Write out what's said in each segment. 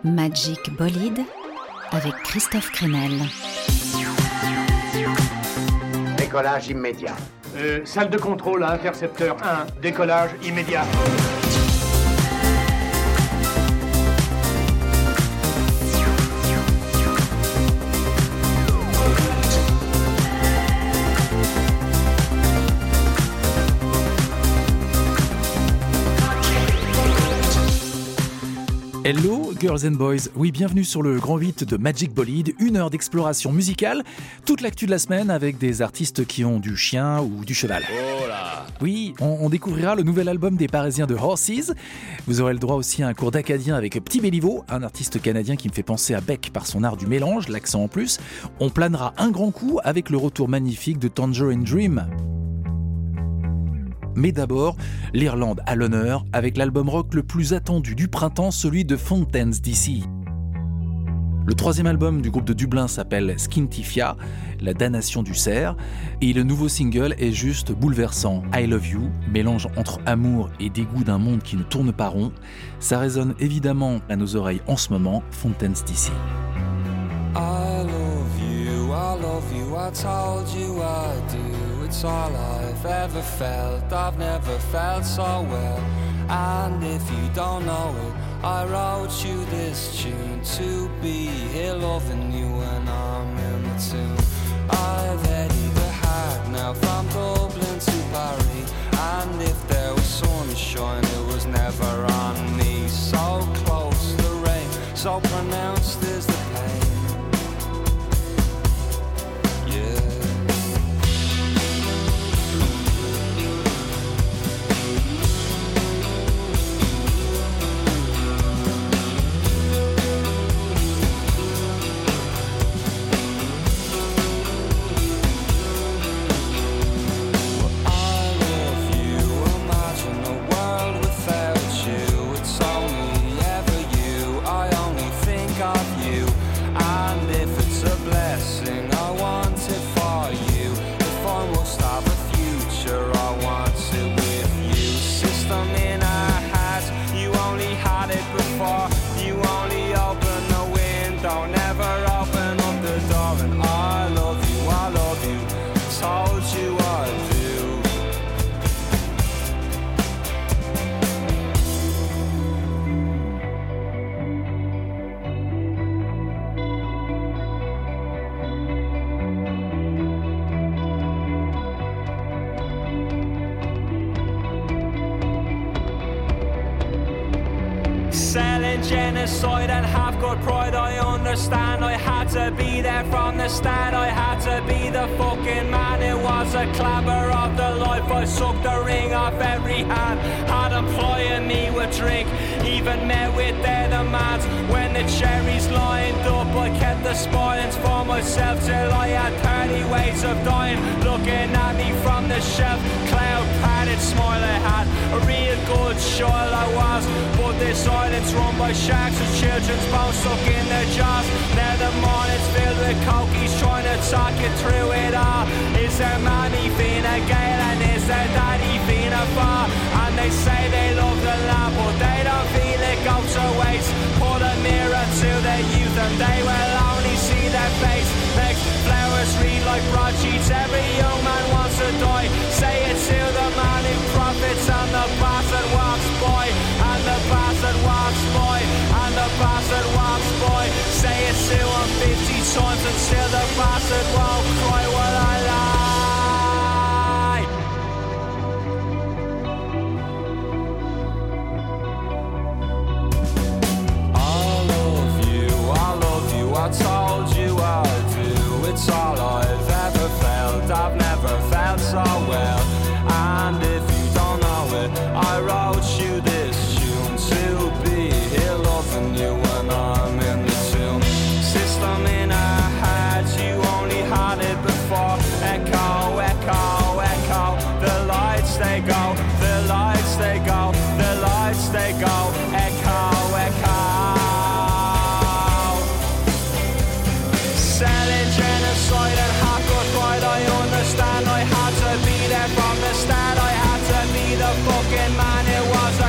Magic Bolide avec Christophe Crenel. Décollage immédiat. Salle de contrôle à intercepteur 1, décollage immédiat. Hello Girls and Boys, oui bienvenue sur le Grand 8 de Magic Bolide, une heure d'exploration musicale, toute l'actu de la semaine avec des artistes qui ont du chien ou du cheval. Oh là. Oui, on découvrira le nouvel album des Parisiens de Horses, vous aurez le droit aussi à un cours d'acadien avec Petit Béliveau, un artiste canadien qui me fait penser à Beck par son art du mélange, l'accent en plus, on planera un grand coup avec le retour magnifique de Tangerine Dream. Mais d'abord, l'Irlande à l'honneur avec l'album rock le plus attendu du printemps, celui de Fountains DC. Le troisième album du groupe de Dublin s'appelle Skintifia, la damnation du cerf, et le nouveau single est juste bouleversant. I Love You, mélange entre amour et dégoût d'un monde qui ne tourne pas rond. Ça résonne évidemment à nos oreilles en ce moment, Fountains DC. I love you, I told you I do. It's all I've ever felt, I've never felt so well. And if you don't know it, I wrote you this tune to be here loving you when I'm in the tune. I've headed the hat now from Dublin to Paris, and if there was sunshine it was never on me. So close the rain, so pronounced is the pain. Genocide and have good pride, I understand. I had to be there from the start. I had to be the fucking man. It was a clamour of the life. I sucked the ring off every hand. Had them plying me with drink, even met with their demands. When the cherries lined up, I kept the spoilings for myself till I had 30 ways of dying. Looking at me from the shelf, cloud padded smile I had. A real good child I was, but this island's run by sharks with children's bones stuck in their jaws. Now the morning's filled with cokies trying to talk you through it all. Is their mommy Fina Gale and is their daddy Fina Far? And they say they love the lad but they don't feel it goes to waste. Put a mirror to their youth and they will only see their face. Makes flowers read like broadsheets, every young man wants to die. Say it to the man who profits and the bastard walks by. And the bastard walks by, and the bastard walks by. Say it to him 50 times and still the bastard won't cry. Well, I lie. I told you I do. It's all I've ever felt, I've never felt so well. And if you don't know it, I wrote you this tune to be here loving you when I'm in the tune. System in our heads, you only had it before. Echo, echo, echo. The lights they go, the lights they go, the lights they go. Echo, echo. Selling genocide and hardcore pride, I understand. I had to be there from the start. I had to be the fucking man. It was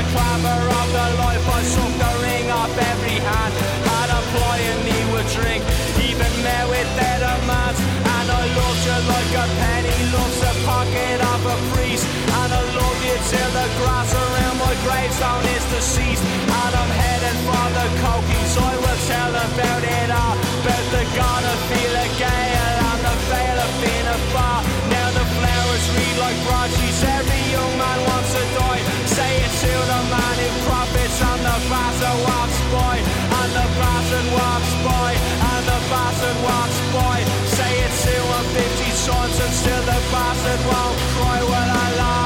the grass around my gravestone is deceased, and I'm heading for the cokies. I will tell about it all, about the god of Fela Gale and the veil of Fianna Fáil. Now the flowers read like broadsheets, every young man wants to die. Say it to the man who profits, and the bastard walks by, and the bastard walks by, and the bastard walks by. Say it to him 50 sons, and still the bastard won't cry. Well, I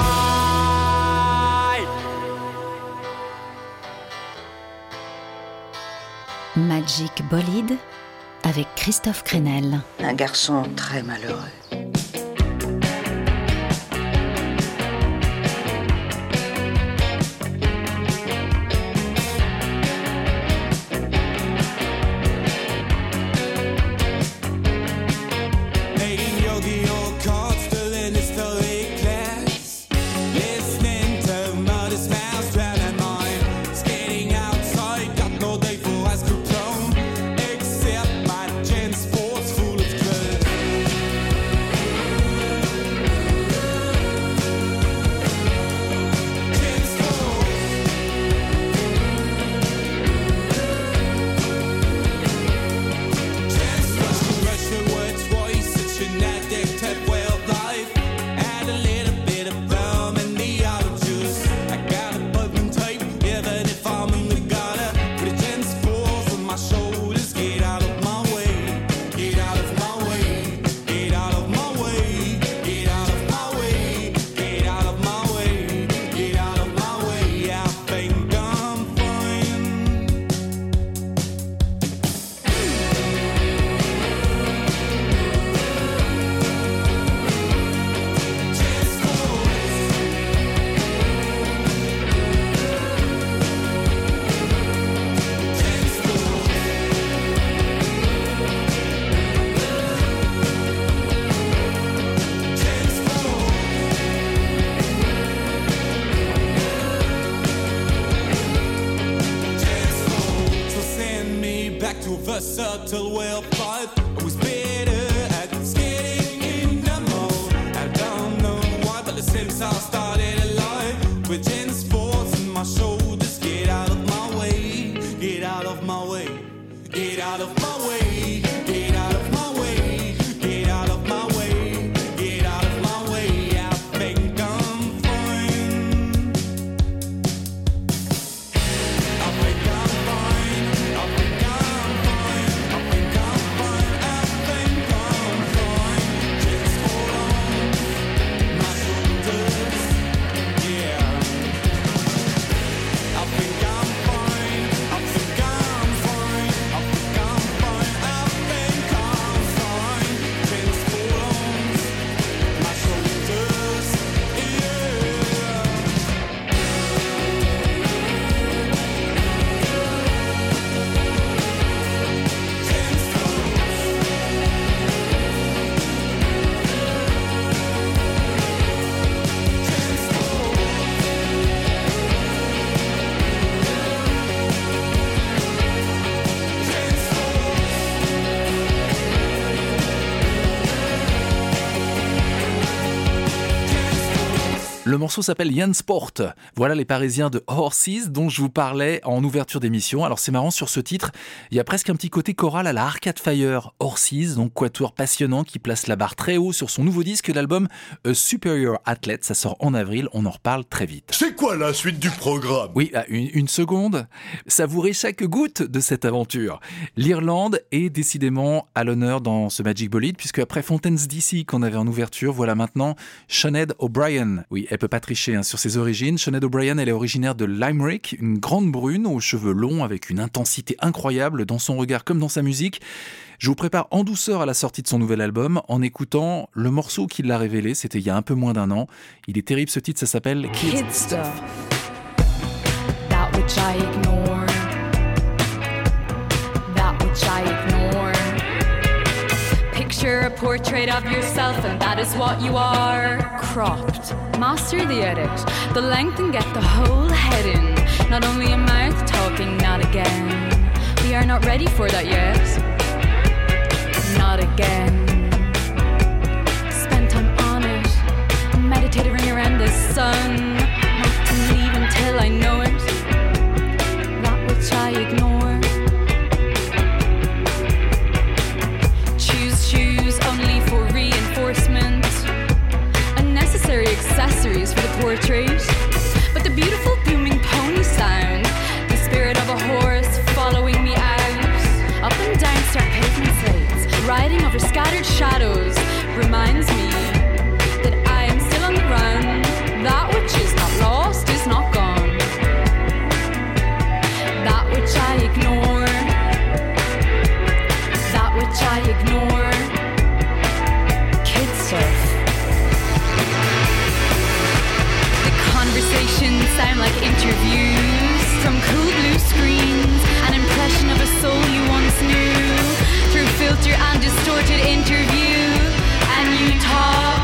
lie. Magic Bolide avec Christophe Crenel. Un garçon très malheureux. Subtle well fight. I was better at skating in the mode. I don't know why, but since I started alive with gin sports and my shoulders, get out of my way, get out of my way, get out of my way, get out of my way, get out of my way, get out of my way. I think I'm fine. I think I'm fine. I think I'm Le morceau s'appelle Jansport. Voilà les Parisiens de Horses dont je vous parlais en ouverture d'émission. Alors c'est marrant, sur ce titre, il y a presque un petit côté choral à la Arcade Fire. Horses, donc quatuor passionnant qui place la barre très haut sur son nouveau disque, l'album A Superior Athlete. Ça sort en avril, on en reparle très vite. C'est quoi la suite du programme ? Oui, une seconde. Savourez chaque goutte de cette aventure. L'Irlande est décidément à l'honneur dans ce Magic Bolide, puisque après Fontaine's DC qu'on avait en ouverture, voilà maintenant Sinead O'Brien. Oui, elle peut pas tricher sur ses origines. Sinead O'Brien, elle est originaire de Limerick, une grande brune aux cheveux longs avec une intensité incroyable dans son regard comme dans sa musique. Je vous prépare en douceur à la sortie de son nouvel album en écoutant le morceau qui l'a révélé, c'était il y a un peu moins d'un an. Il est terrible ce titre, ça s'appelle Kid Stuff. That which I ignore, that which I ignore. Picture a portrait of yourself and that is what you are. Cropped, master the edit, the length and get the whole head in. Not only a mouth talking, not again. We are not ready for that yet. Not again. Spend time on it, meditating around the sun. Not ignore. Choose only for reinforcement. Unnecessary accessories for the portrait. But the beautiful booming pony sound, the spirit of a horse following me out, up and down stark pavement slates, riding over scattered shadows, reminds me that I am still on the run. That which is not lost is not gone. That which I ignore. That which I ignore. Kid stuff. The conversations sound like interviews from cool blue screens, an impression of a soul you once knew, through filter and distorted interview. And you talk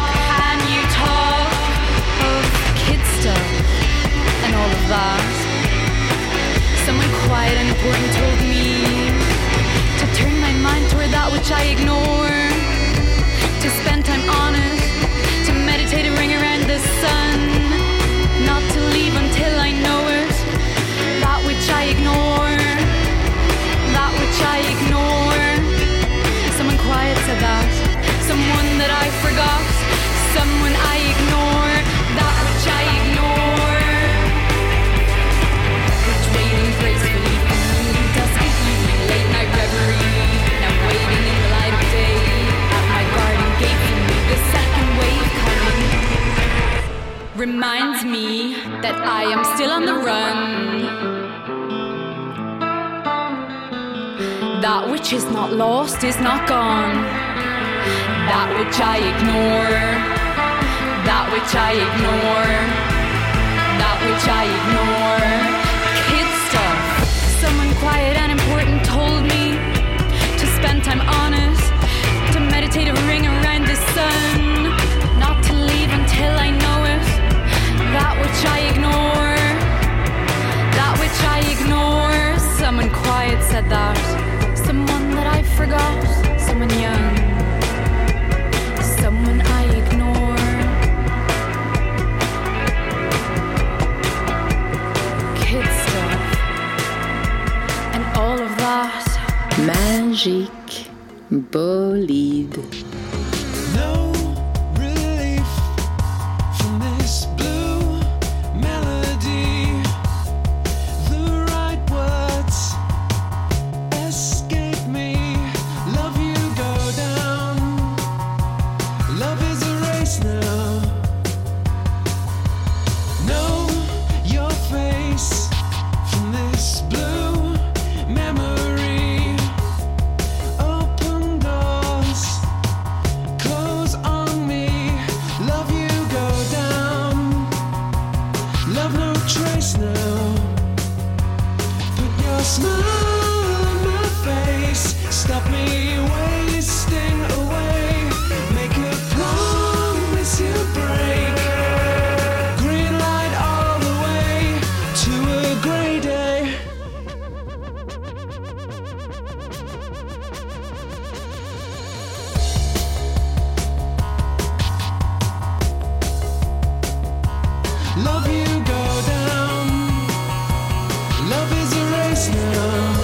of kid stuff and all of that. Someone quiet and important told me to turn my mind toward that which I ignore, to spend time on it, to meditate and ring around the sun, not to leave until I know it. That which I ignore, that which I ignore. Someone quiet said that, someone that I forgot, someone I ignore, that which I ignore. It's waiting gracefully for me, dusky evening, late night reverie, now waiting in the light of day, at my garden gate for me, the second wave coming, reminds me that I am still on the run. That which is not lost is not gone. That which I ignore. That which I ignore. That which I ignore. Kid stuff. Someone quiet and important told me to spend time on it, to meditate and ring around the sun, not to leave until I know it. That which I ignore. That which I ignore. Someone quiet said that. Someone that I forgot, someone young, someone I ignore. Kid stuff and all of that. Magique bolide. No relief from this blue melody. The right words escape me. Love you go down. Love is a race now. Know your face from this blue memory. Open doors, close on me. Love you go down. Love no trace now. Put your smile on my face. Stop me wasting away. Make a promise you'll break. Green light all the way to a grey day. Love you go down. Love is a race now.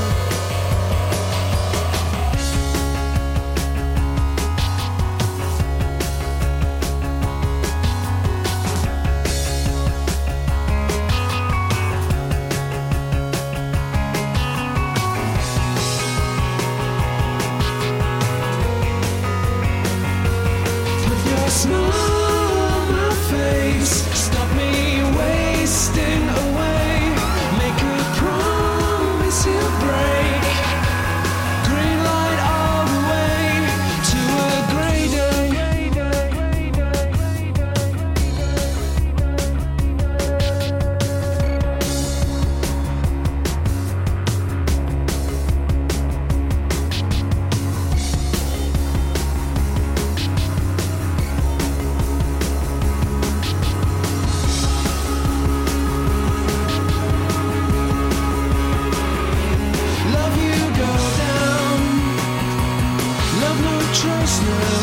Put your smile on my face. Stop me wasting away. Make a promise you'll break. Green light all the way to a grey day. Love you go down. Love no choice now.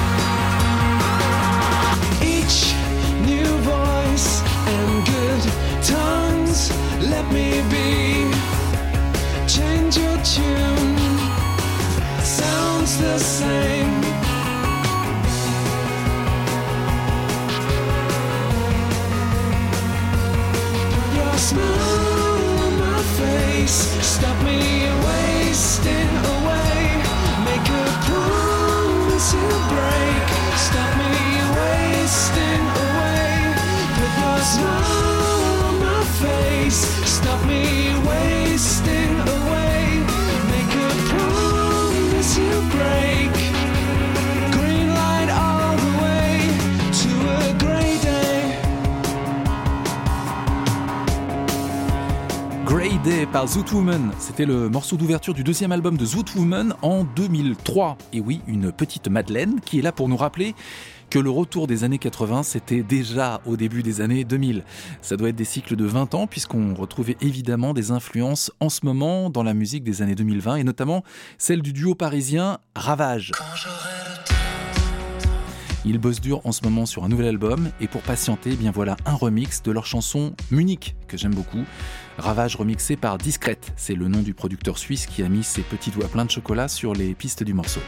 Each new voice and good tongues, let me be tune sounds the same. Your smile on my face, stop me wasting away. Make a promise to break, stop me wasting away. Put your smile on my face, stop me wasting away. Make a promise to break. Green light all the way to a grey day. Grey Day par Zoot Woman, c'était le morceau d'ouverture du deuxième album de Zoot Woman en 2003. Et oui, une petite Madeleine qui est là pour nous rappeler que le retour des années 80, c'était déjà au début des années 2000. Ça doit être des cycles de 20 ans, puisqu'on retrouvait évidemment des influences en ce moment dans la musique des années 2020, et notamment celle du duo parisien Ravage. Ils bossent dur en ce moment sur un nouvel album, et pour patienter, eh bien voilà un remix de leur chanson Munich, que j'aime beaucoup. Ravage remixé par Discrète, c'est le nom du producteur suisse qui a mis ses petits doigts pleins de chocolat sur les pistes du morceau.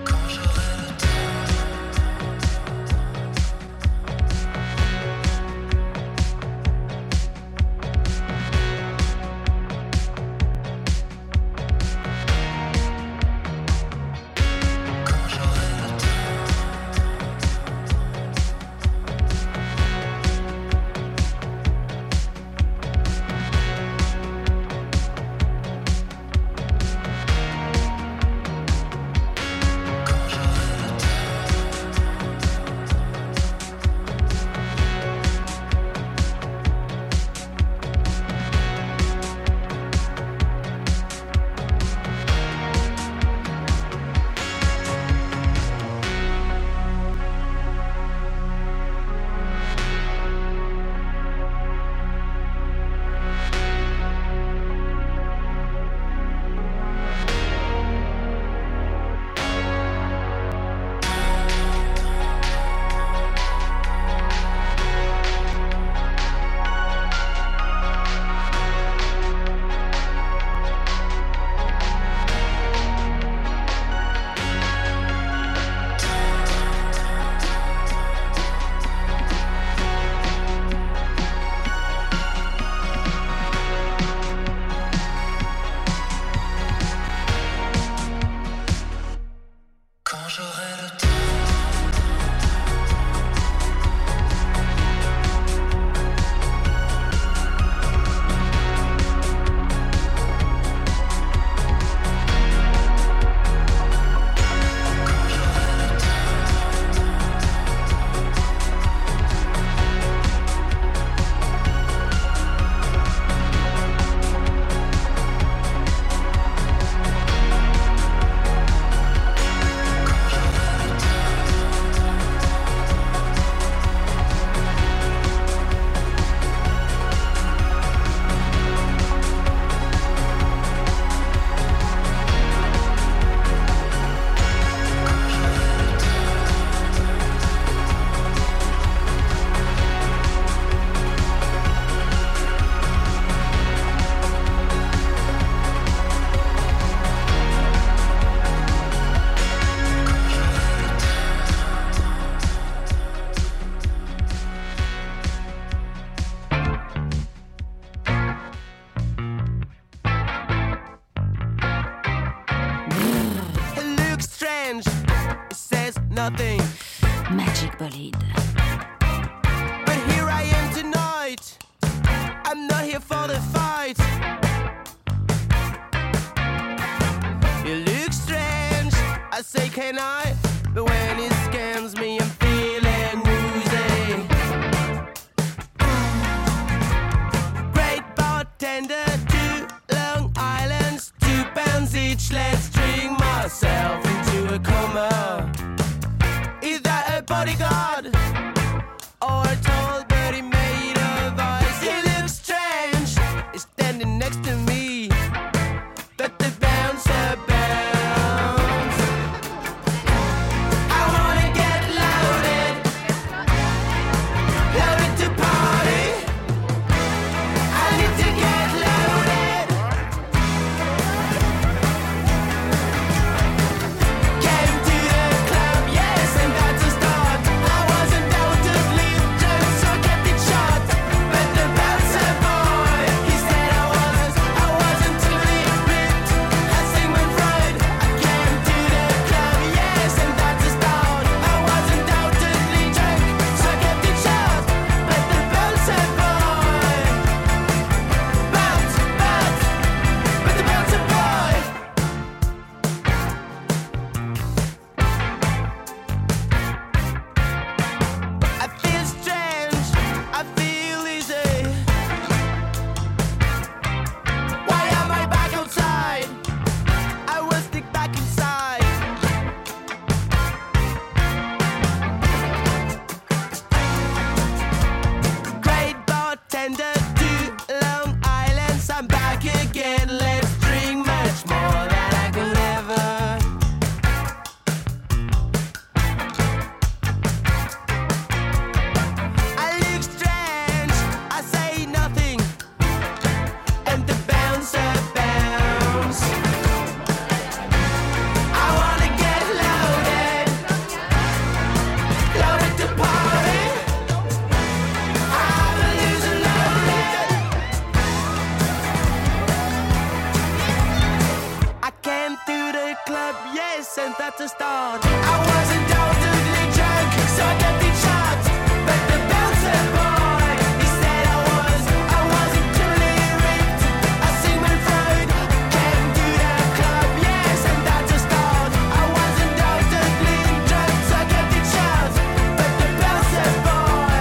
Nothing. Magic Bolide. But here I am tonight. I'm not here for the fight. You look strange. I say, can I? But when it scans me, I'm feeling woozy. Great bartender, 2 Long Islands, £2 each. Let's drink myself into a coma. Is that a bodyguard or a tall birdie made of ice? He looks strange. He's standing next to me, but the bouncer bounce. I wanna get loaded, loaded to party. I need to get loaded. yes, and that's a start. I was undoubtedly drunk, so I got the chance. But the bouncer boy, he said I wasn't truly ripped. I sing my friend, came to the club, yes, and that's a start. I was undoubtedly drunk, so I got the chance. But the bouncer boy,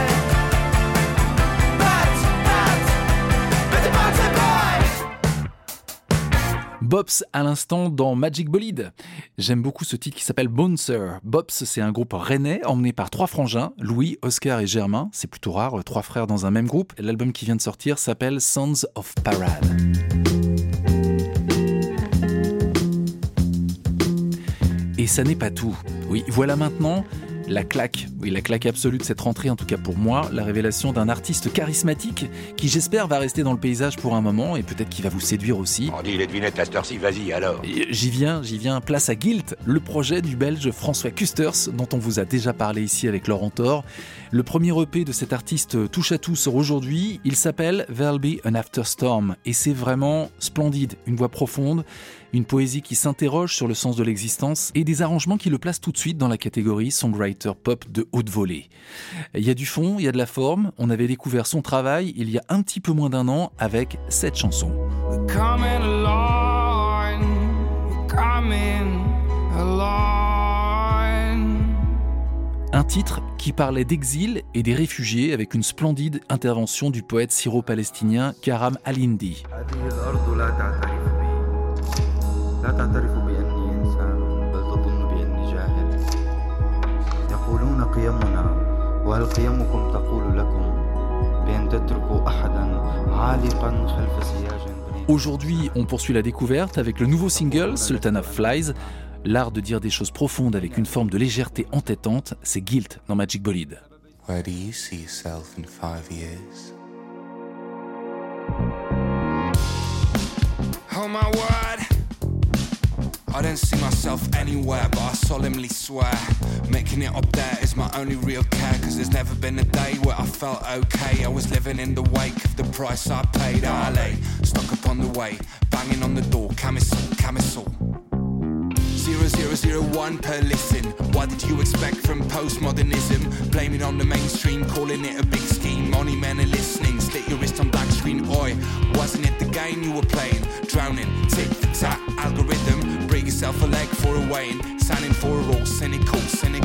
but the bouncer boy. Bops à l'instant dans Magic Bolide. J'aime beaucoup ce titre qui s'appelle Bouncer. Bops, c'est un groupe rennais emmené par 3 frangins, Louis, Oscar et Germain. C'est plutôt rare, 3 frères dans un même groupe. L'album qui vient de sortir s'appelle Sons of Parade. Et ça n'est pas tout. Oui, voilà maintenant la claque absolue de cette rentrée, en tout cas pour moi, la révélation d'un artiste charismatique qui, j'espère, va rester dans le paysage pour un moment et peut-être qu'il va vous séduire aussi. On dit les devinettes à cette heure-ci, vas-y alors. J'y viens, place à Guilt, le projet du Belge François Kusters, dont on vous a déjà parlé ici avec Laurent Thor. Le premier EP de cet artiste touche à tout sort aujourd'hui, il s'appelle There'll Be an Afterstorm et c'est vraiment splendide, une voix profonde, une poésie qui s'interroge sur le sens de l'existence et des arrangements qui le placent tout de suite dans la catégorie songwriter pop de haute volée. Il y a du fond, il y a de la forme, on avait découvert son travail il y a un petit peu moins d'un an avec cette chanson. We're coming along. Un titre qui parlait d'exil et des réfugiés avec une splendide intervention du poète syro-palestinien Karam Al-Hindi. لا تعترف بأني إنسان بل تظن بأني جاهل يقولون قيمنا وهل قيمكم تقول لكم بأن تتركوا أحدا عالقا خلف سياج. Aujourd'hui, on poursuit la découverte avec le nouveau single Sultan of Flies. L'art de dire des choses profondes avec une forme de légèreté entêtante, c'est Guilt dans Magic Bolide. Where do you see yourself in 5 years? Oh my word, I don't see myself anywhere, but I solemnly swear making it up there is my only real care. Cause there's never been a day where I felt okay. I was living in the wake of the price I paid. I lay stuck upon the way, banging on the door, camisole 0001 per listen. What did you expect from postmodernism? Blaming on the mainstream, calling it a big scheme. Only men are listening, slit your wrist on black screen. Oi, wasn't it the game you were playing? Drowning, tit for tat, algorithm. Break yourself a leg for a weighing. Signing for a all cynical.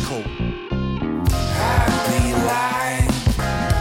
Happy life,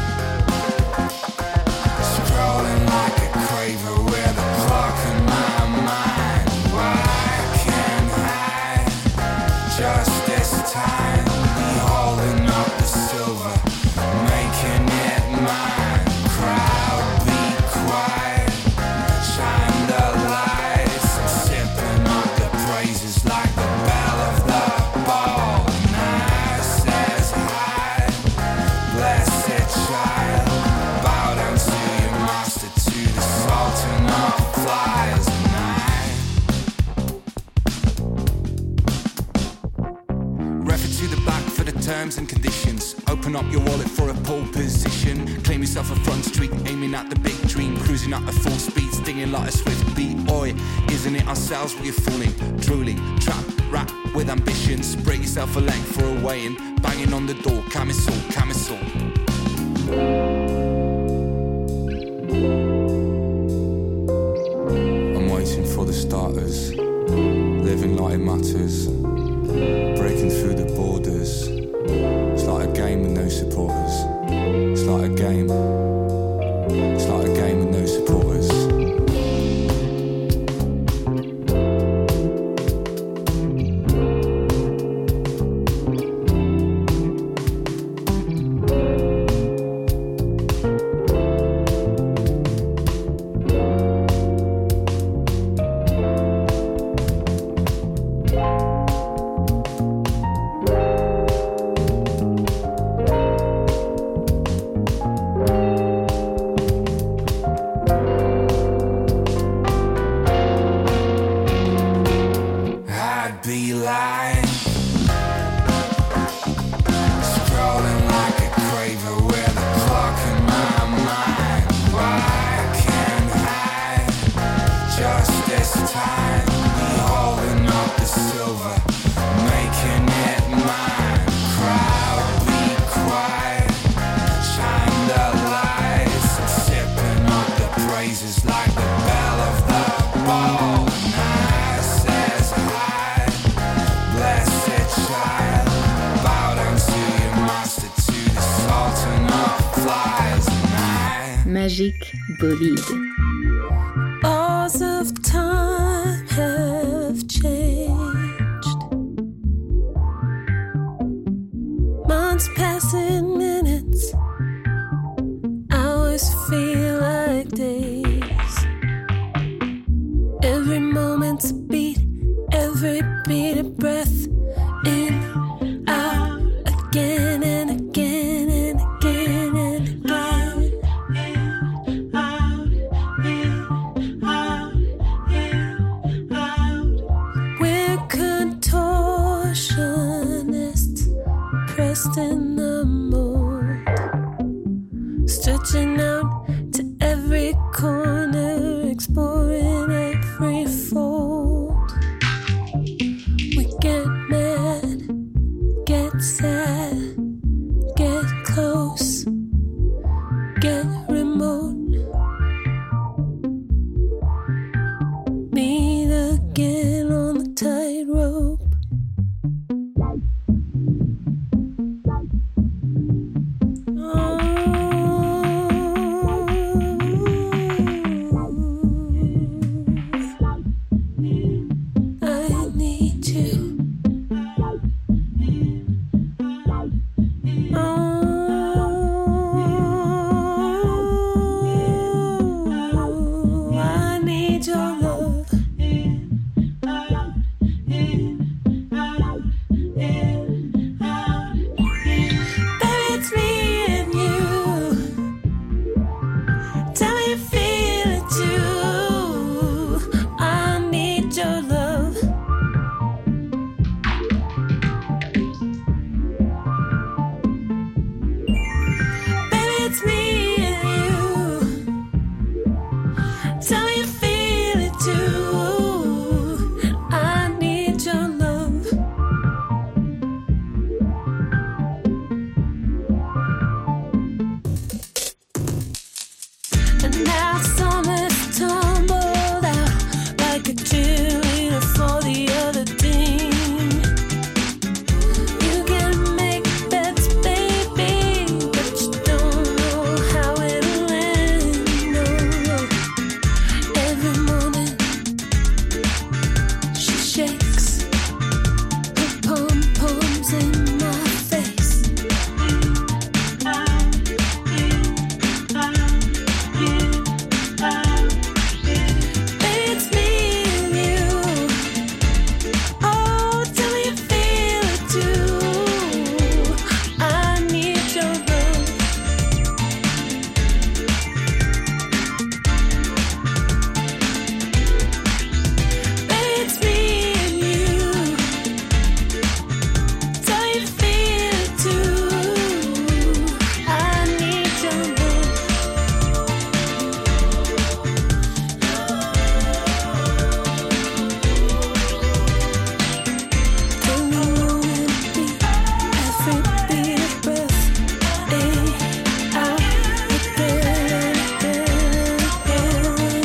scrolling like a craver with a clock in my mind. Why can't I just this time be holding up the silver, making it mine? Crowd be quiet, shine the lights, sipping up the praises like the bell of the ball. Night says hi, blessed child, bow down to your master, to the sultan of flies. Refer to the back for the terms and conditions. Open up your wallet for a pole position. Claim yourself a front street, aiming at the big dream. Cruising at a full speed, stinging like a swift beat. Oi, isn't it ourselves we're fooling? Drooling, trap, rap with ambitions. Break yourself a leg for a weighing. Banging on the door, camisole. I'm waiting for the starters, living like it matters, breaking through the borders. It's like a game with no supporters. It's like a game with no supporters. the bell of the ball. Night says hi, blessed child. Bow down to your master, to the sultan of flies. Magique Bolide. Laws of time have changed. Months pass in minutes, hours feel like days. Every moment's a beat, every beat a breath. In, out, again and again and again and again. We're contortionists, pressed in the mold, stretching out to every corner, exploring every fold. We get mad, get sad, get close, get remote. Meet again on the tightrope. I need you. I need your love. Baby, it's me and you. Tell me you feel it too. I need your love. Baby, it's me and you. Tell me you feel it too. I need your love. And now summer's tumbled out like a cheerleader for the other team. You can make bets, baby, but you don't know how it'll end. No. Every morning she shakes her pom-poms in my face. It's me and you. Oh, tell me you feel it too. I need your love. It's me and you. Tell me you feel it too. I need your love. Tell me you wanna be every beat of breath. In, out, again, again, again.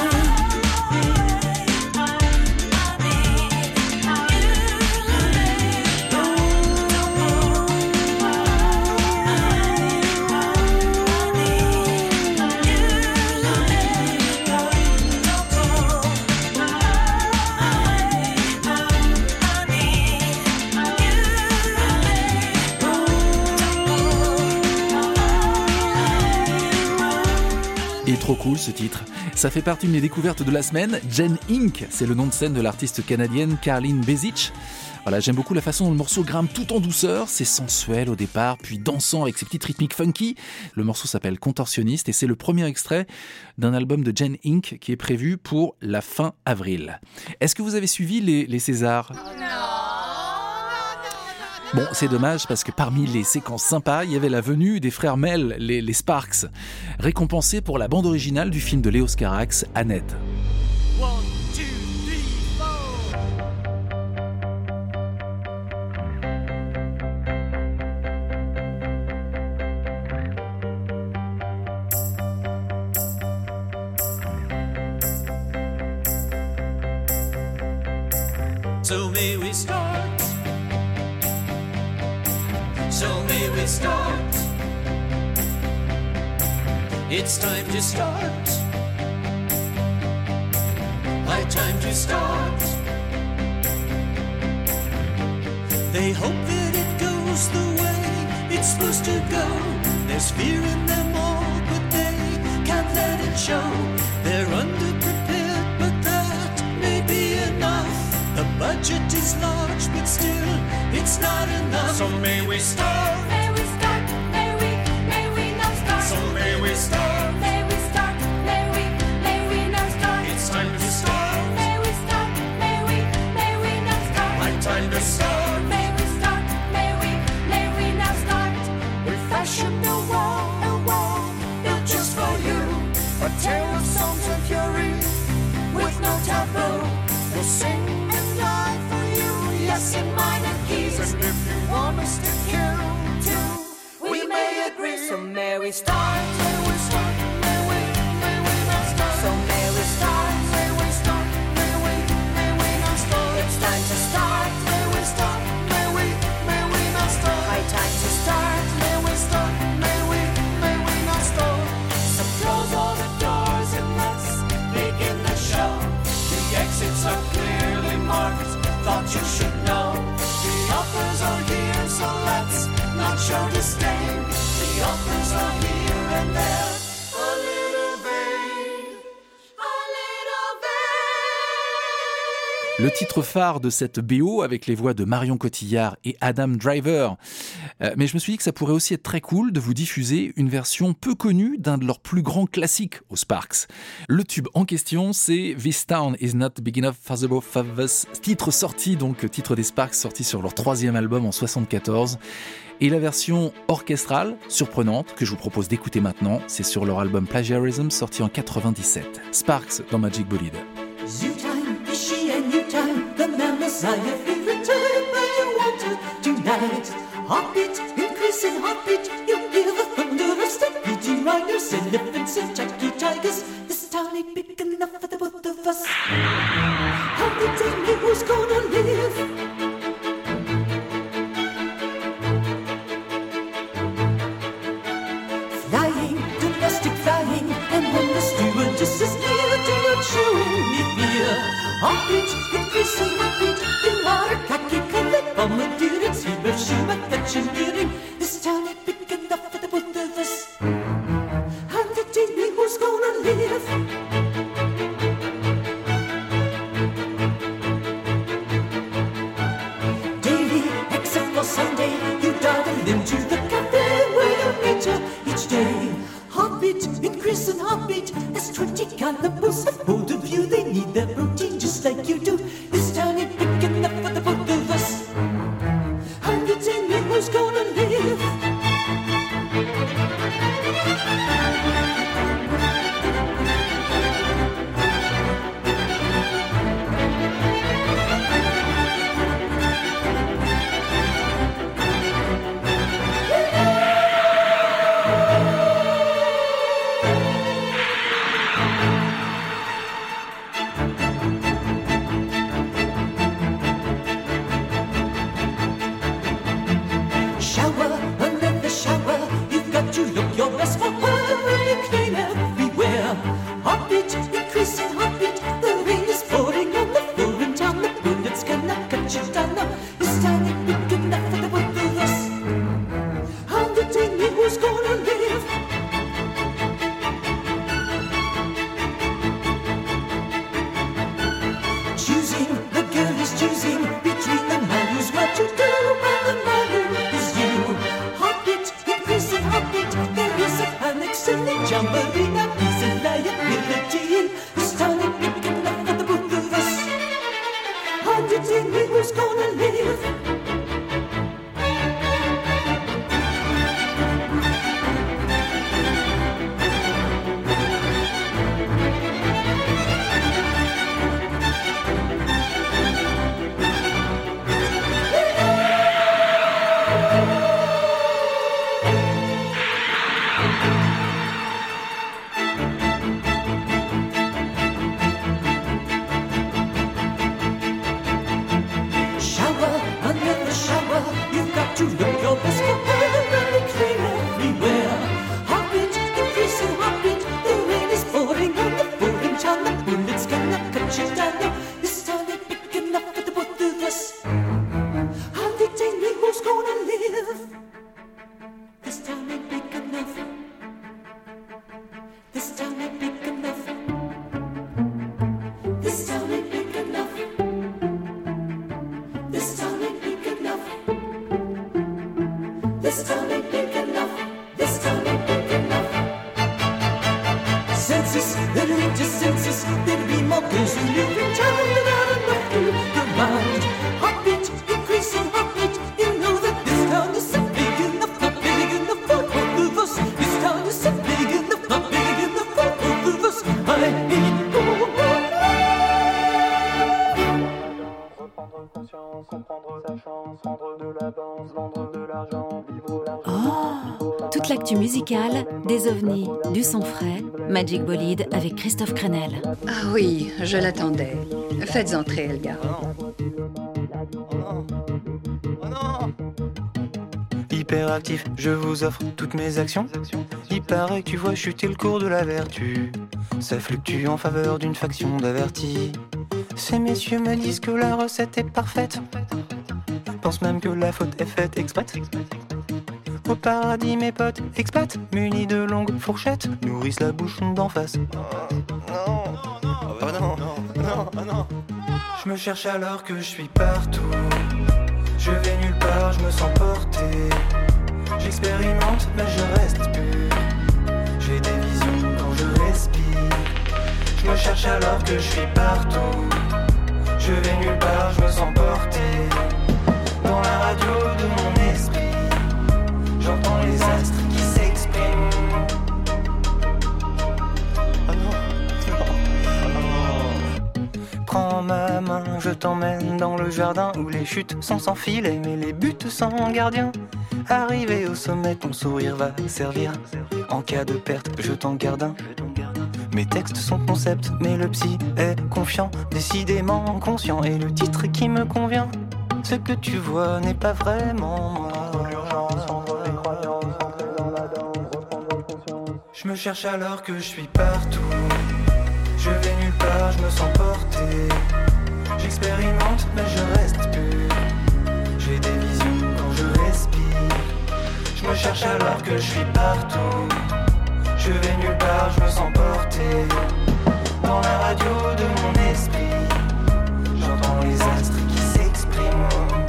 Il est trop cool ce titre. Ça fait partie de mes découvertes de la semaine. Jen Inc, c'est le nom de scène de l'artiste canadienne Carlene Besic. Voilà, j'aime beaucoup la façon dont le morceau grimpe tout en douceur. C'est sensuel au départ, puis dansant avec ses petites rythmiques funky. Le morceau s'appelle Contorsionniste et c'est le premier extrait d'un album de Jen Inc qui est prévu pour la fin avril. Est-ce que vous avez suivi les Césars ? Bon, c'est dommage parce que parmi les séquences sympas, il y avait la venue des frères Mel, les Sparks, récompensés pour la bande originale du film de Léos Carax, Annette. So may we start. So may we start. It's time to start. High time to start. They hope that it goes the way it's supposed to go. There's fear in them all, but they can't let it show. They're underprepared, but that may be enough. The budget is large, but still, it's not enough. So may we start. May we start. May we now start. So may we start. May we start. May we now start. It's time to start. May we start. May we now start. High time to start. May we start. May we now start. We fashioned a wall built just for you. A tale of songs of fury with no taboo. We'll sing and die for you, yes, in minor keys. And if you want us to kill too, we may agree. So may we start. May we start. May we not start. So may we start. May we start. May we not start. It's time to start. May we start. May we not start. High time to start. May we start. May we not start. So close all the doors and let's begin the show. The exits are clearly marked. Thought you should know. The offers are here, so let's not show disdain. The offers are here and they're a little vain. A little vain. Le titre phare de cette BO avec les voix de Marion Cotillard et Adam Driver. Mais je me suis dit que ça pourrait aussi être très cool de vous diffuser une version peu connue d'un de leurs plus grands classiques aux Sparks. Le tube en question, c'est This Town Is Not Big Enough for the Both of Us, titre des Sparks, sorti sur leur 3e album en 1974. Et la version orchestrale, surprenante, que je vous propose d'écouter maintenant, c'est sur leur album Plagiarism, sorti en 1997. Sparks dans Magic Bolide. You-time, she and you-time, the man Messiah, favorite time where you want it tonight. Heartbeat, increasing heartbeat, you hear the thunder of stampeding riders, elephants and Jackie tigers. This town ain't big enough for the both of us. How they tell me who's gonna live? Flying, domestic flying, and when the stewardess is near, do not showing me fear. Heartbeat, increasing heartbeat, you are a khaki colored bombardier, it's Hiroshima that you're nearing. This town ain't big enough for the both of us. And they tell me who's gonna live? Daily, except for Sunday, you dive into the cafe where you meet her each day. Heartbeat, increasing heartbeat, as 20 cannibals have hold of you. They need their protein just like you do. This town ain't big enough for the both of us. And you tell me who's gonna live? Shower, another shower. You've got to look your best for hurricane everywhere. Heartbeat, increasing heartbeat. The rain is pouring on the floor in town. The bullets cannot cut you down. Now, this time ain't big enough for the both of us. How the tell me who's gonna live? Choosing, the girl is choosing between the man who's what to do and the man who is you. Heartbeat, increasing heartbeat. There is a panic, silly jamboree. Now he's a liability. This town ain't big enough for the both of us. How do you tell me who's gonna live? This town ain't big enough. This town ain't big enough. Census, it ain't just census. There'll be more girls who live in town than out enough to look around. Heartbeat, increasing heartbeat. You know that this town isn't big enough, not big enough for both of us. This town isn't big enough, not big enough for both of us. I ain't Toute l'actu musicale, des ovnis, du son frais, Magic Bolide avec Christophe Crenel. Ah oui, je l'attendais. Faites entrer, Elgar. Hyperactif, je vous offre toutes mes actions. Il paraît que tu vois chuter le cours de la vertu. Ça fluctue en faveur d'une faction d'avertis. Ces messieurs me disent que la recette est parfaite. Pense même que la faute est faite exprès. Au paradis mes potes expats, munis de longues fourchettes, nourrissent la bouchon d'en face. Non. Je me cherche alors que je suis partout. Je vais nulle part, je me sens porté. J'expérimente mais je reste pur. J'ai des visions quand je respire. Je me cherche alors que je suis partout. Je vais nulle part, je me sens porté. Dans la radio de mon esprit, j'entends les astres qui s'expriment. Prends ma main, je t'emmène dans le jardin où les chutes sont sans filet mais les buts sans gardien. Arrivé au sommet, ton sourire va servir. En cas de perte, je t'en garde un. Mes textes sont concepts, mais le psy est confiant, décidément conscient, et le titre qui me convient. Ce que tu vois n'est pas vraiment moi. Je me cherche alors que je suis partout. Je vais nulle part, je me sens porté. J'expérimente mais je reste pur. J'ai des visions quand je respire. Je me cherche alors que je suis partout. Je vais nulle part, je me sens porté. Dans la radio de mon esprit, j'entends les astres qui s'expriment.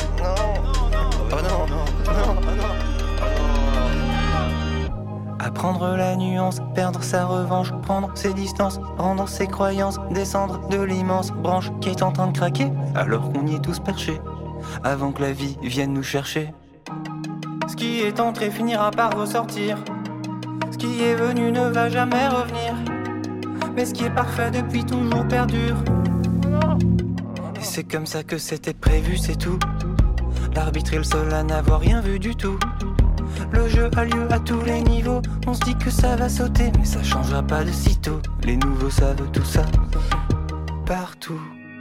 Apprendre la nuance, perdre sa revanche, prendre ses distances, rendre ses croyances, descendre de l'immense branche qui est en train de craquer, alors qu'on y est tous perchés, avant que la vie vienne nous chercher. Ce qui est entré finira par ressortir. Ce qui est venu ne va jamais revenir. Mais ce qui est parfait depuis toujours perdure. Et c'est comme ça que c'était prévu, c'est tout. L'arbitre est le seul à n'avoir rien vu du tout. Le jeu a lieu à tous les niveaux. On se dit que ça va sauter, mais ça changera pas de sitôt. Les nouveaux savent tout ça. Partout.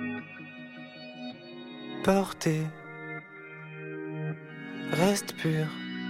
Porté. Reste pur.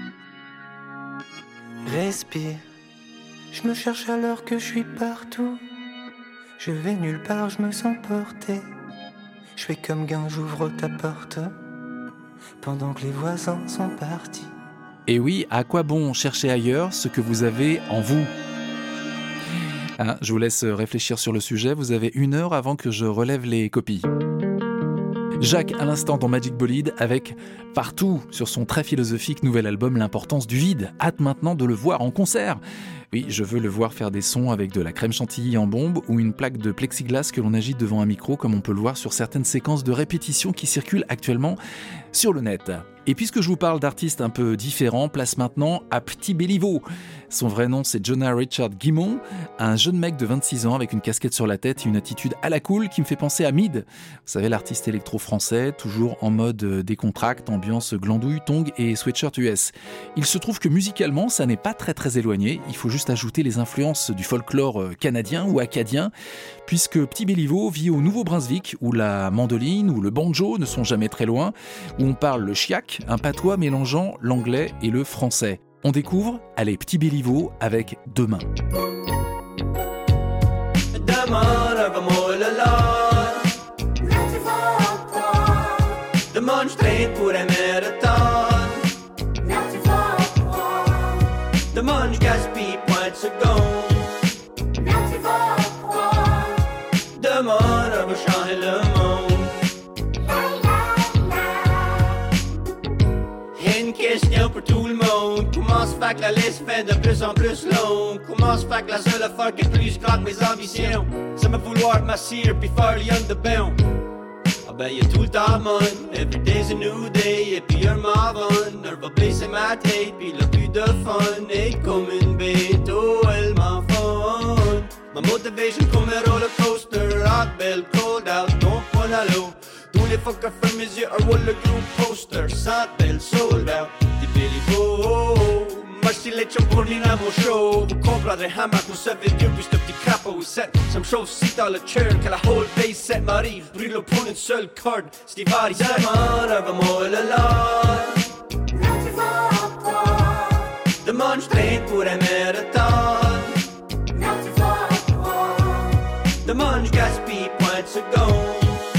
Respire. Je me cherche alors que je suis partout. Je vais nulle part, je me sens porté. Je fais comme gain, j'ouvre ta porte pendant que les voisins sont partis. Et oui, à quoi bon chercher ailleurs ce que vous avez en vous ? Je vous laisse réfléchir sur le sujet, vous avez 1 heure avant que je relève les copies. Jacques, à l'instant dans Magic Bolide, avec Partout, sur son très philosophique nouvel album L'importance du vide. Hâte maintenant de le voir en concert. Oui, je veux le voir faire des sons avec de la crème chantilly en bombe ou une plaque de plexiglas que l'on agite devant un micro, comme on peut le voir sur certaines séquences de répétition qui circulent actuellement sur le net. Et puisque je vous parle d'artistes un peu différents, place maintenant à Petit Béliveau. Son vrai nom, c'est Jonah Richard Guimond, un jeune mec de 26 ans avec une casquette sur la tête et une attitude à la cool qui me fait penser à Mid. Vous savez, l'artiste électro-français, toujours en mode décontracte, ambiance glandouille, tongs et sweatshirt US. Il se trouve que musicalement, ça n'est pas très éloigné. Il faut juste ajouter les influences du folklore canadien ou acadien, puisque Petit Béliveau vit au Nouveau-Brunswick, où la mandoline ou le banjo ne sont jamais très loin, où on parle le chiac, un patois mélangeant l'anglais et le français. On découvre, allez, Petit Béliveau avec Demain. Demain, je traîne pour un marathon. Demain, je gaspille point de seconde. Demain, on va changer le monde. Une question pour tout le monde. Comment se fait que la liste fait de plus en plus longue? Comment se fait que la seule affaire qui est plus grande que mes ambitions, c'est me vouloir m'assire puis faire le young de bain? Ah ben y'a tout le temps mon, every day's a new day. Et puis un m'avonne, un va blesser ma tête. Puis le plus de fun est comme une bête, oh elle m'en fun. Ma motivation comme un roller coaster, rock bell, cold out, don't point à l'eau. Tous les fuckers ferment mes yeux, un roller group poster, sans belle sold out, des Billy Bo. Moi j'suis les chums pour venir à mon show. Vous comprendrez hamac, vous savez Dieu, puis ce petit crapaud set. Ça me chauffe si dans le churn que la whole base set m'arrive. Brûle le pour une seule corde, c'est des varies. Demande un moi le lot. Demande j'traîne pour un marathon. Demande j'gaspille point de seconde.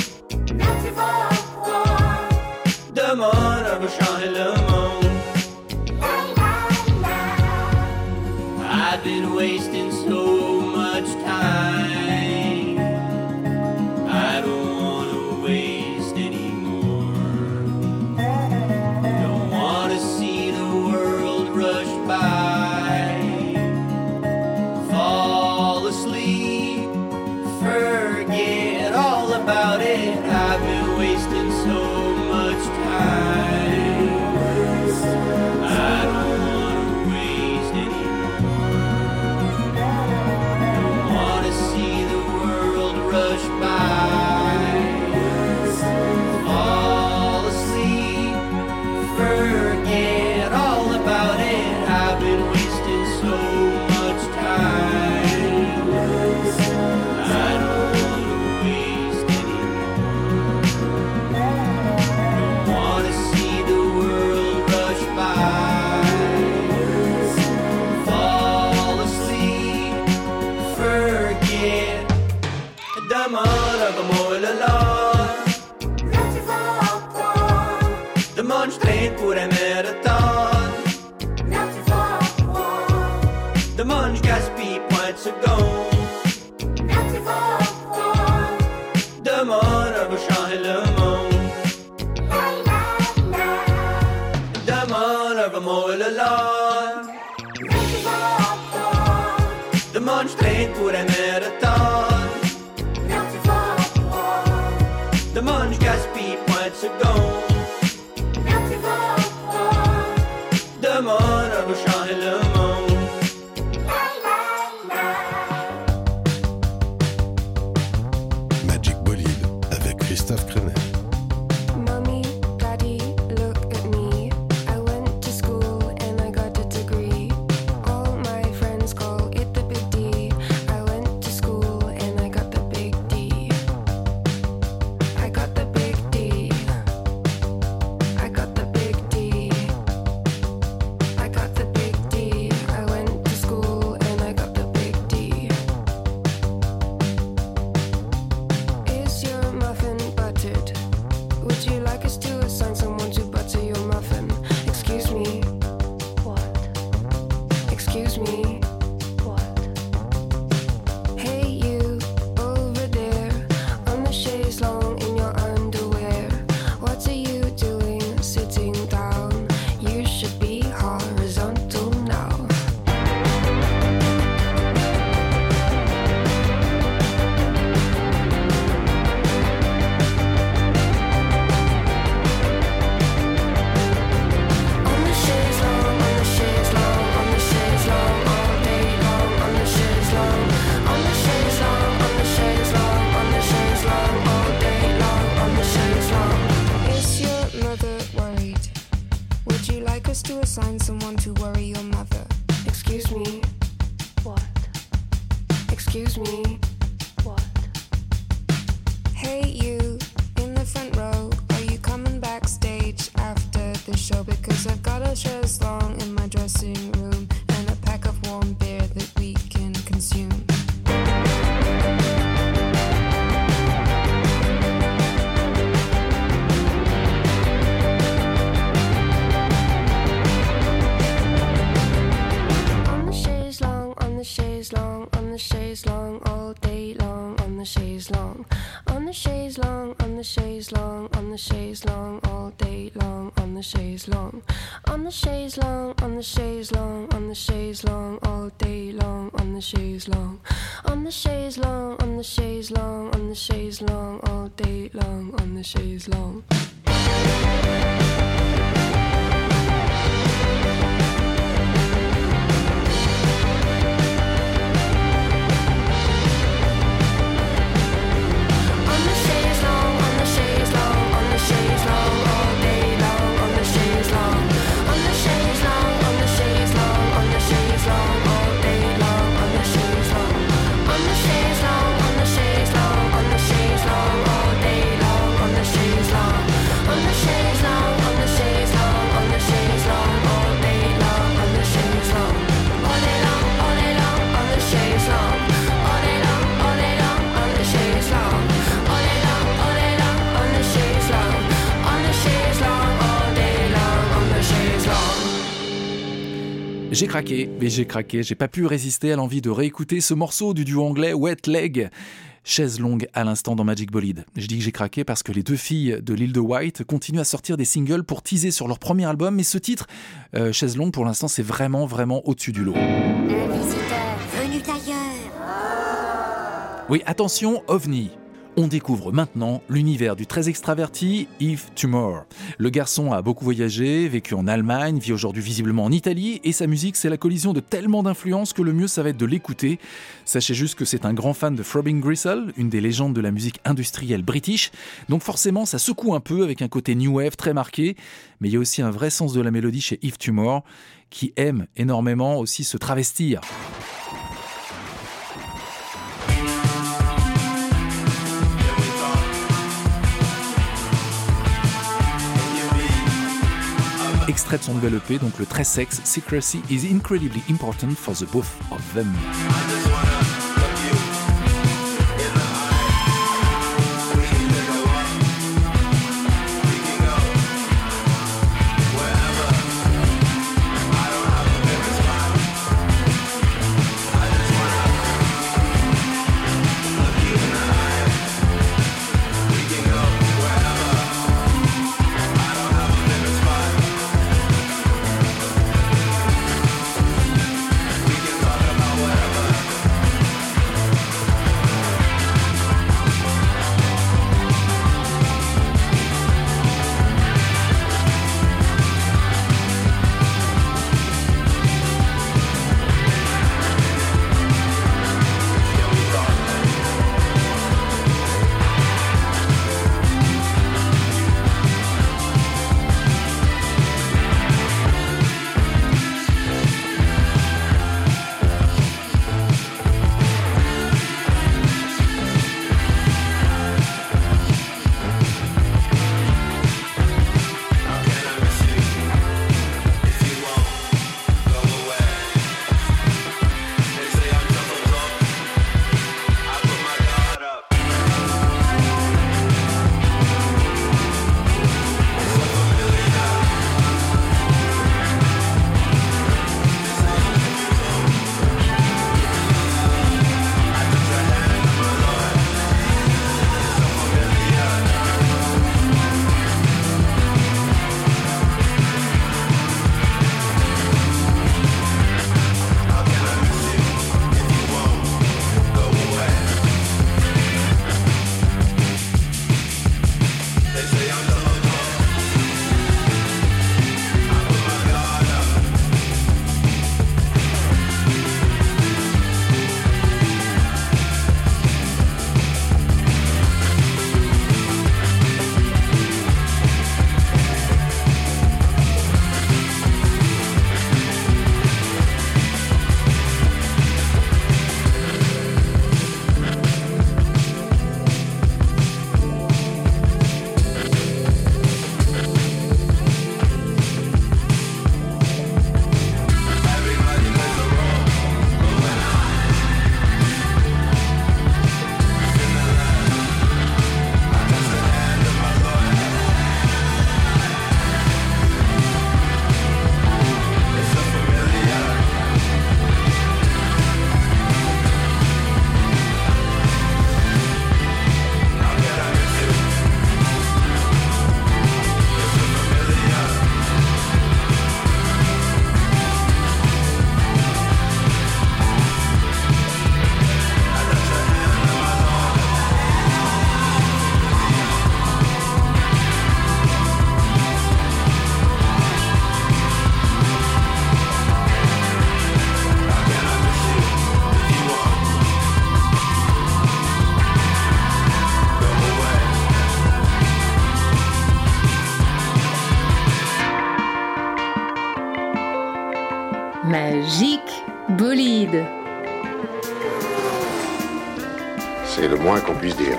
Demande un va changer le monde. I've been wasting so much time. I don't wanna waste anymore. Don't wanna see the world rush by. Fall asleep, forget all about it. I've been wasting so much time. I don't wanna waste anymore. Don't wanna see the world rush by. Fall asleep, forget all about it. I've been wasting so much time. I don't wanna waste anymore. Don't wanna see the world rush by. Fall asleep, forget. Demande un moi le lot. Demande j'traîne pour un marathon. Demande j'gaspille point de seconde. Demande un va changer le monde. Demande un va moi le lot. Demande j'traîne pour un marathon. Demande j'gaspille point de seconde. Demande un va changer le monde. Magic Bolide avec Christophe Crenet. Mommy, Daddy, look at me. I went to school and I got a degree. All my friends call it the big D. I went to school and I got the big D. I got the big D. I got the big D. I got the big D. I went to school and I got the big D. Is your muffin buttered? chaise long, on the chaise long, on the chaise long, on the chaise long, all day long, on the chaise long, on the chaise long, on the chaise long, on the chaise long, all day long, on the chaise long, on the chaise long, on the chaise long, on the chaise long, all day long, on the chaise long. J'ai craqué, j'ai pas pu résister à l'envie de réécouter ce morceau du duo anglais Wet Leg. Chaise longue à l'instant dans Magic Bolide. Je dis que j'ai craqué parce que les deux filles de l'île de Wight continuent à sortir des singles pour teaser sur leur premier album, mais ce titre, Chaise longue, pour l'instant, c'est vraiment au-dessus du lot. Un visiteur venu d'ailleurs. Oui, attention, OVNI. On découvre maintenant l'univers du très extraverti Yves Tumor. Le garçon a beaucoup voyagé, vécu en Allemagne, vit aujourd'hui visiblement en Italie, et sa musique, c'est la collision de tellement d'influences que le mieux, ça va être de l'écouter. Sachez juste que c'est un grand fan de Throbbing Gristle, une des légendes de la musique industrielle british, donc forcément, ça secoue un peu avec un côté new wave très marqué, mais il y a aussi un vrai sens de la mélodie chez Yves Tumor, qui aime énormément aussi se travestir. Extrait de son nouvel EP, donc le très sexe Secrecy is incredibly important for the both of them. Magic Bolide. C'est le moins qu'on puisse dire.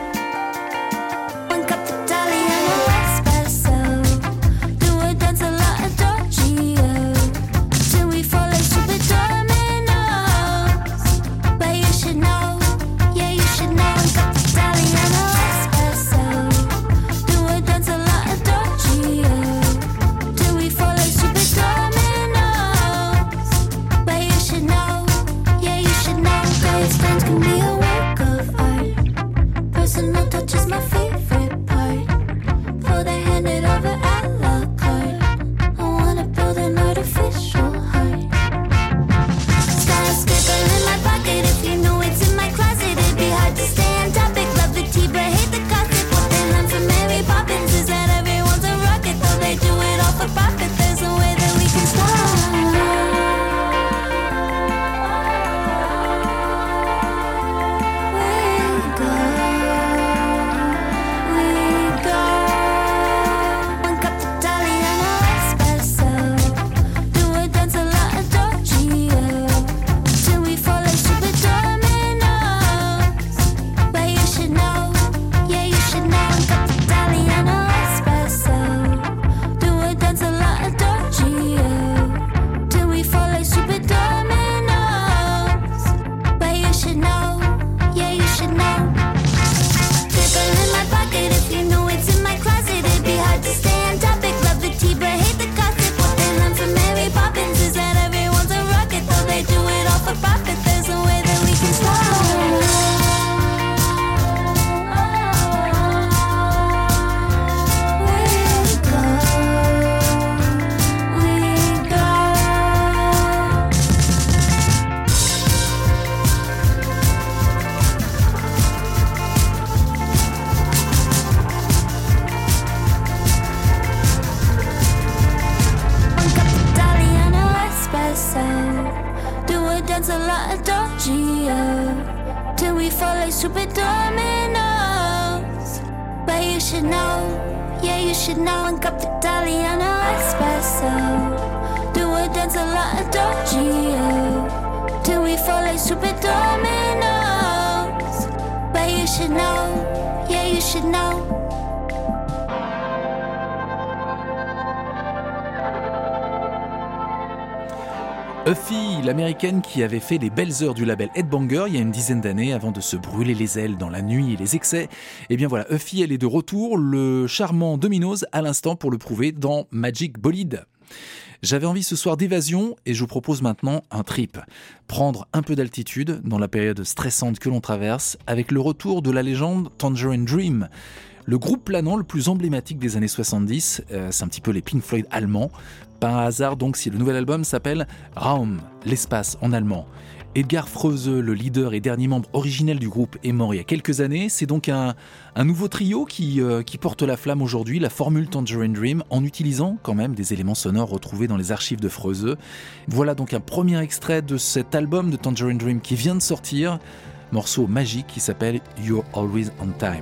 Huffy, l'américaine qui avait fait les belles heures du label Headbanger il y a une dizaine d'années avant de se brûler les ailes dans la nuit et les excès. Et bien voilà, Huffy, elle est de retour, le charmant Dominoes à l'instant pour le prouver dans Magic Bolide. J'avais envie ce soir d'évasion et je vous propose maintenant un trip. Prendre un peu d'altitude dans la période stressante que l'on traverse avec le retour de la légende Tangerine Dream. Le groupe planant le plus emblématique des années 70, c'est un petit peu les Pink Floyd allemands. Pas un hasard donc si le nouvel album s'appelle Raum, l'espace en allemand. Edgar Froese, le leader et dernier membre originel du groupe, est mort il y a quelques années. C'est donc un nouveau trio qui porte la flamme aujourd'hui, la formule Tangerine Dream, en utilisant quand même des éléments sonores retrouvés dans les archives de Froese. Voilà donc un premier extrait de cet album de Tangerine Dream qui vient de sortir, morceau magique qui s'appelle You're Always on Time.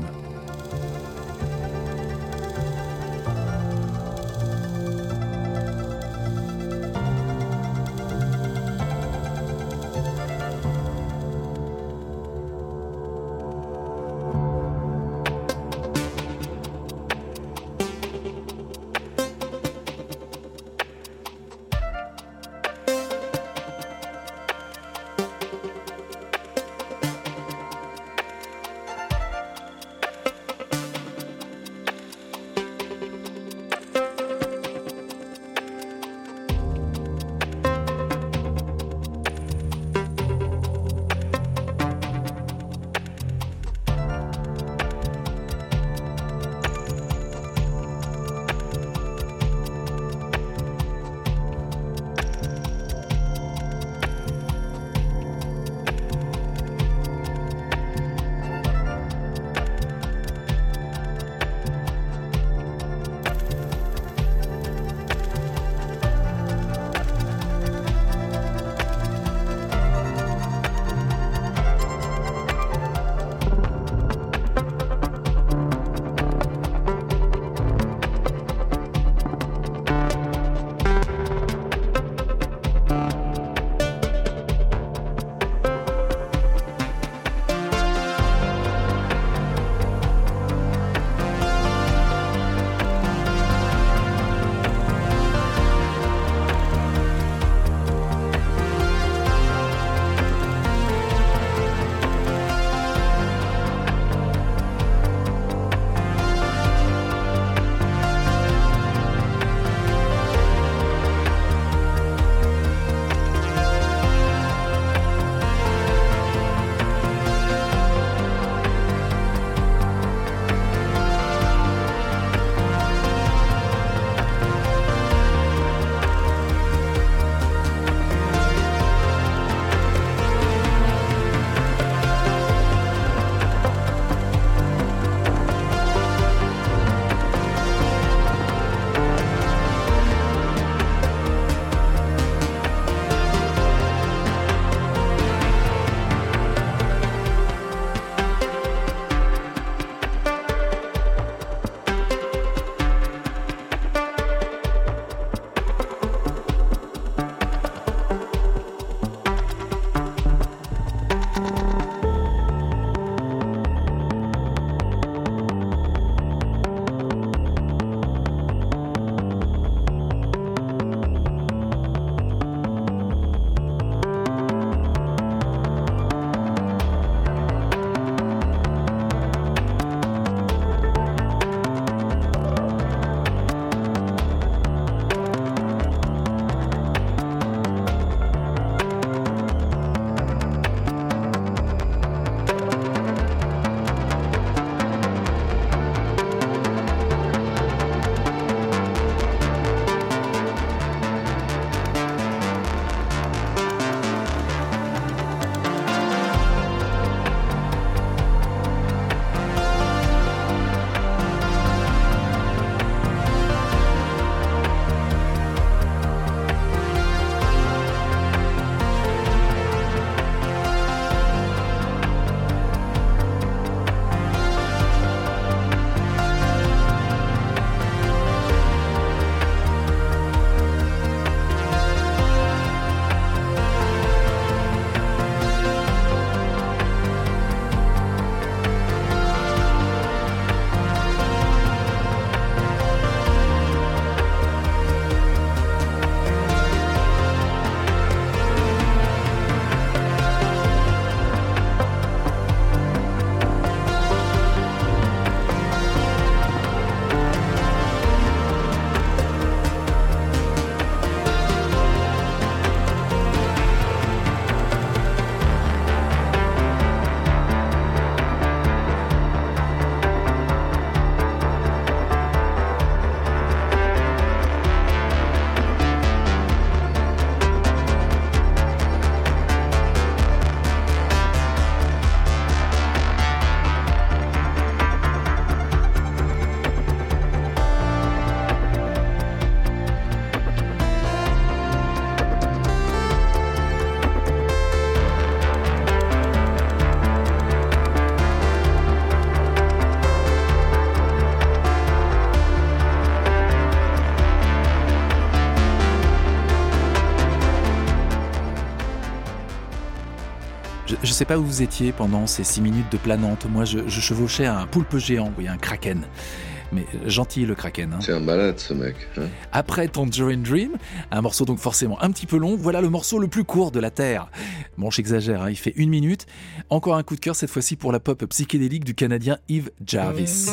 sais pas où vous étiez pendant ces 6 minutes de planante. Moi, je chevauchais un poulpe géant, oui, un kraken. Mais gentil, le kraken. Hein. C'est un malade, ce mec. Hein. Après Tangerine Dream, un morceau donc forcément un petit peu long, voilà le morceau le plus court de la Terre. Bon, j'exagère, hein, il fait 1 minute. Encore un coup de cœur, cette fois-ci pour la pop psychédélique du Canadien Yves Jarvis.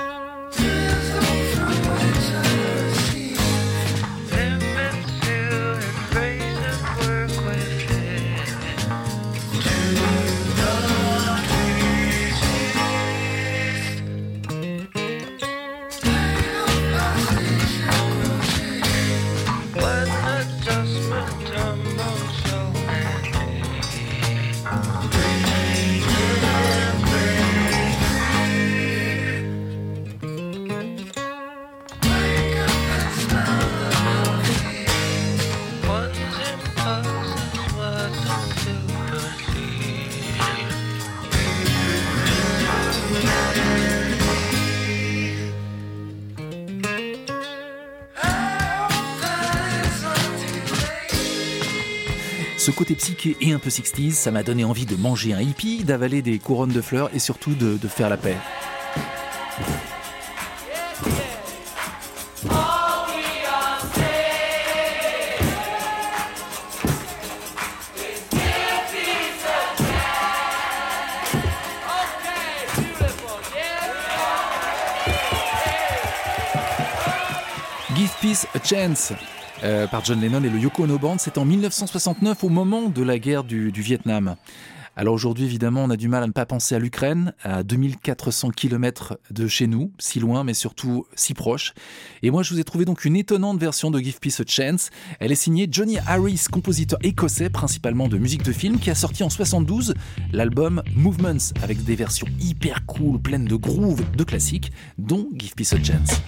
Ce côté psyché et un peu 60s, ça m'a donné envie de manger un hippie, d'avaler des couronnes de fleurs et surtout de faire la paix. Give Peace a Chance par John Lennon et le Yoko Ono Band, c'est en 1969 au moment de la guerre du Vietnam. Alors aujourd'hui, évidemment, on a du mal à ne pas penser à l'Ukraine, à 2400 km de chez nous, si loin, mais surtout si proche. Et moi, je vous ai trouvé donc une étonnante version de Give Peace a Chance. Elle est signée Johnny Harris, compositeur écossais, principalement de musique de film, qui a sorti en 72 l'album Movements, avec des versions hyper cool, pleines de groove, de classiques, dont Give Peace a Chance.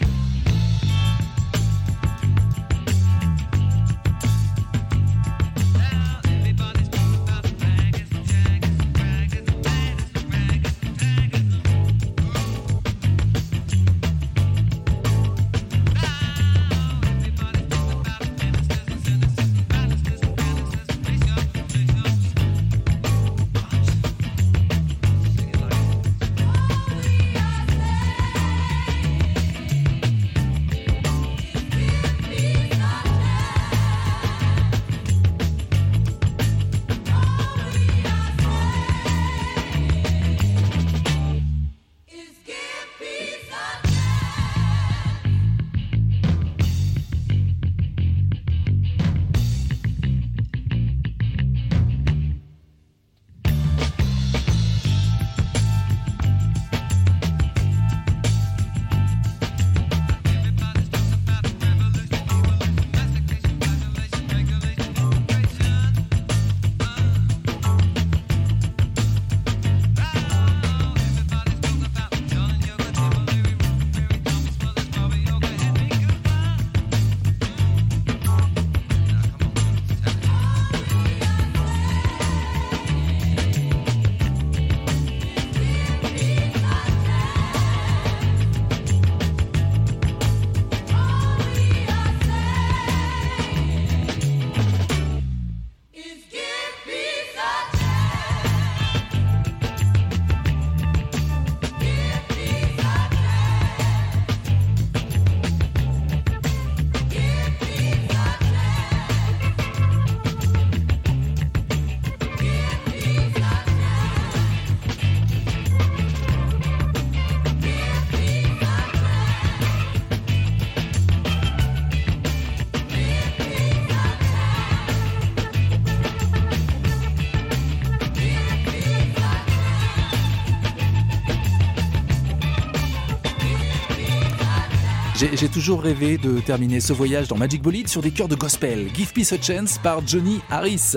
J'ai toujours rêvé de terminer ce voyage dans Magic Bolide sur des chœurs de gospel. Give Peace a Chance par Johnny Harris.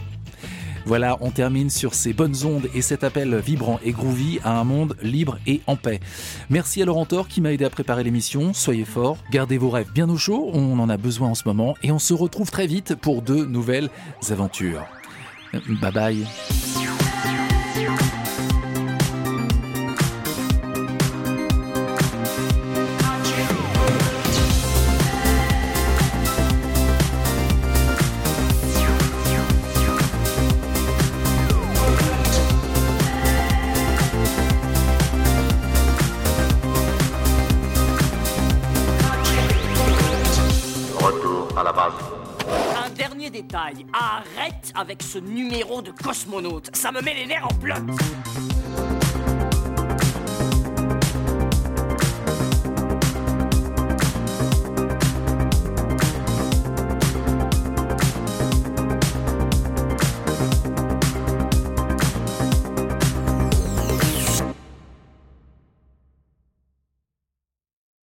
Voilà, on termine sur ces bonnes ondes et cet appel vibrant et groovy à un monde libre et en paix. Merci à Laurent Thor qui m'a aidé à préparer l'émission. Soyez forts, gardez vos rêves bien au chaud, on en a besoin en ce moment et on se retrouve très vite pour de nouvelles aventures. Bye bye. à la base. Un dernier détail, arrête avec ce numéro de cosmonaute, ça me met les nerfs en bloc.